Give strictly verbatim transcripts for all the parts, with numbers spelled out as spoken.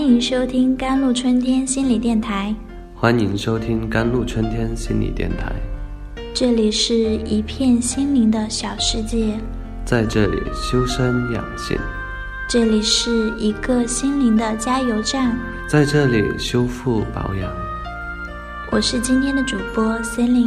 欢迎收听甘露春天心理电台。 欢迎收听甘露春天心理电台。 这里是一片心灵的小世界， 在这里修身养性。 这里是一个心灵的加油站， 在这里修复保养。 我是今天的主播 Celine。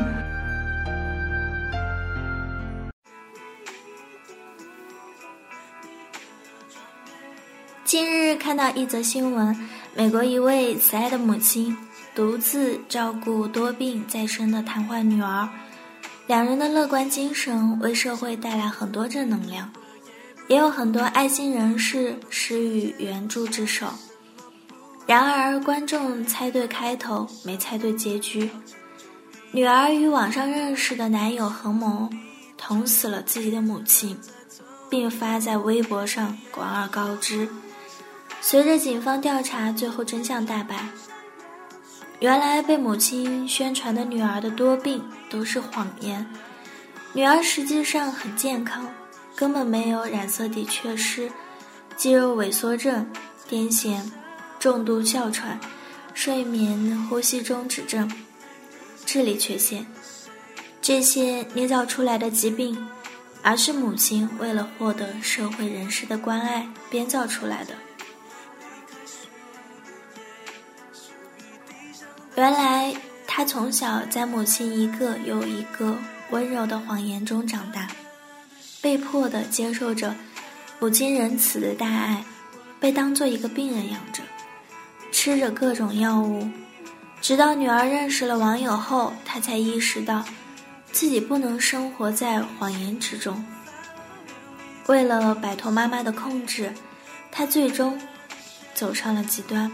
近日看到一则新闻，美国一位慈爱的母亲独自照顾多病在身的瘫痪女儿，两人的乐观精神为社会带来很多正能量，也有很多爱心人士施予援助之手。然而观众猜对开头，没猜对结局。女儿与网上认识的男友合谋捅死了自己的母亲，并发在微博上广而告之。随着警方调查，最后真相大白，原来被母亲宣传的女儿的多病都是谎言，女儿实际上很健康，根本没有染色体缺失、肌肉萎缩症、癫痫、重度哮喘、睡眠呼吸中止症、智力缺陷，这些捏造出来的疾病，而是母亲为了获得社会人士的关爱编造出来的。原来他从小在母亲一个又一个温柔的谎言中长大，被迫地接受着母亲仁慈的大爱，被当作一个病人养着，吃着各种药物。直到女儿认识了网友后，她才意识到自己不能生活在谎言之中。为了摆脱妈妈的控制，她最终走上了极端。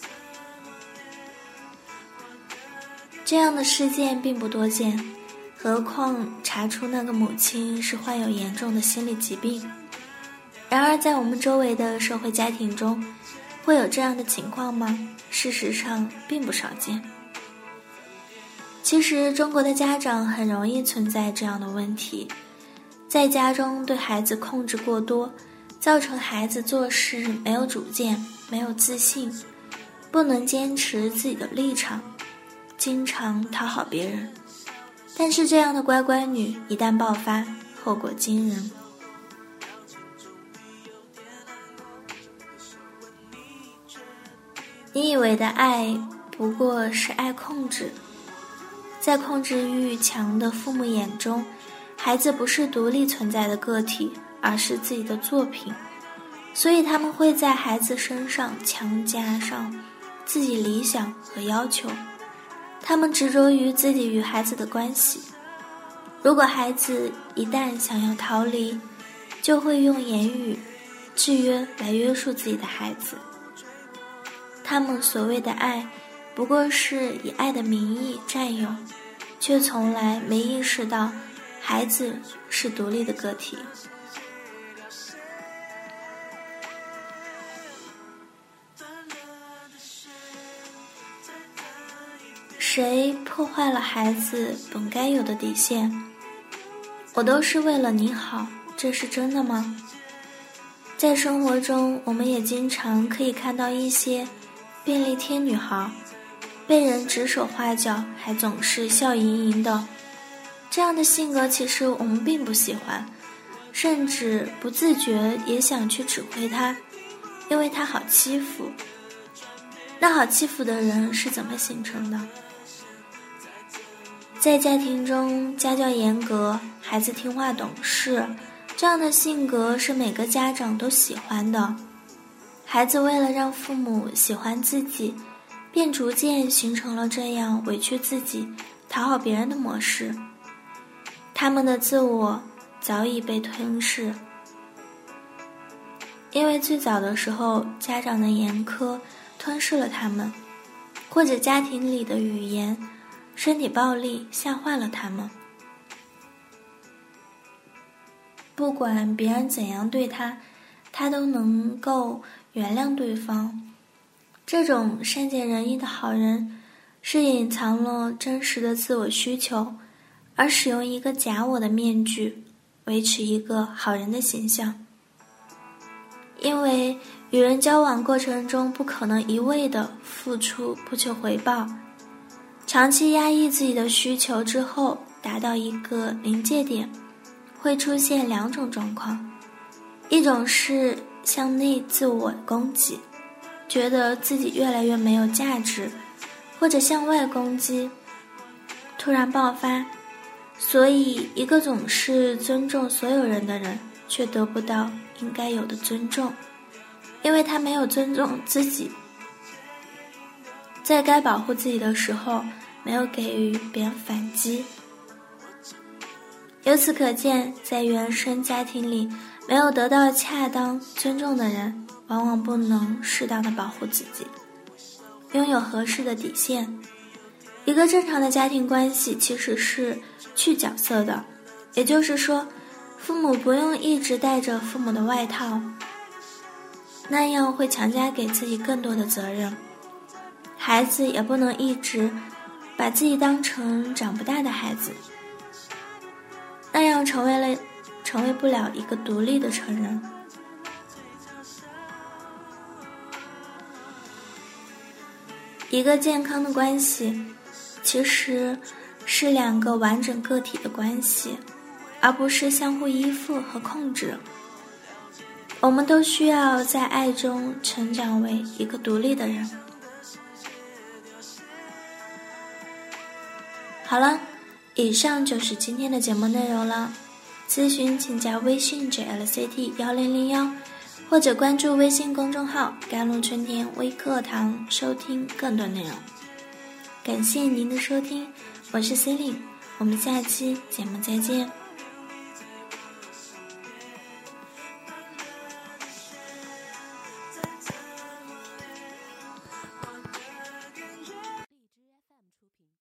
这样的事件并不多见，何况查出那个母亲是患有严重的心理疾病。然而在我们周围的社会家庭中，会有这样的情况吗？事实上并不少见。其实中国的家长很容易存在这样的问题，在家中对孩子控制过多，造成孩子做事没有主见，没有自信，不能坚持自己的立场，经常讨好别人。但是这样的乖乖女一旦爆发，后果惊人。你以为的爱不过是爱控制，在控制欲强的父母眼中，孩子不是独立存在的个体，而是自己的作品，所以他们会在孩子身上强加上自己理想和要求，他们执着于自己与孩子的关系。如果孩子一旦想要逃离，就会用言语制约来约束自己的孩子。他们所谓的爱，不过是以爱的名义占有，却从来没意识到孩子是独立的个体。谁破坏了孩子本该有的底线？我都是为了你好，这是真的吗？在生活中，我们也经常可以看到一些便利贴女孩，被人指手画脚，还总是笑盈盈的。这样的性格其实我们并不喜欢，甚至不自觉也想去指挥她，因为她好欺负。那好欺负的人是怎么形成的？在家庭中，家教严格，孩子听话懂事，这样的性格是每个家长都喜欢的。孩子为了让父母喜欢自己，便逐渐形成了这样委屈自己、讨好别人的模式。他们的自我早已被吞噬，因为最早的时候，家长的严苛吞噬了他们，或者家庭里的语言、身体暴力吓坏了他们。不管别人怎样对他，他都能够原谅对方。这种善解人意的好人，是隐藏了真实的自我需求，而使用一个假我的面具，维持一个好人的形象。因为与人交往过程中不可能一味的付出不求回报，长期压抑自己的需求之后达到一个临界点，会出现两种状况，一种是向内自我攻击，觉得自己越来越没有价值，或者向外攻击，突然爆发。所以一个总是尊重所有人的人，却得不到应该有的尊重，因为他没有尊重自己，在该保护自己的时候没有给予别人反击。由此可见，在原生家庭里没有得到恰当尊重的人，往往不能适当的保护自己，拥有合适的底线。一个正常的家庭关系其实是去角色的，也就是说，父母不用一直带着父母的外套，那样会强加给自己更多的责任。孩子也不能一直把自己当成长不大的孩子，那样成为了成为不了一个独立的成人。一个健康的关系其实是两个完整个体的关系，而不是相互依附和控制。我们都需要在爱中成长为一个独立的人。好了，以上就是今天的节目内容了。咨询请加微信 J L C T 一零零一，或者关注微信公众号甘露春天微课堂收听更多内容。感谢您的收听，我是 Celine， 我们下期节目再见。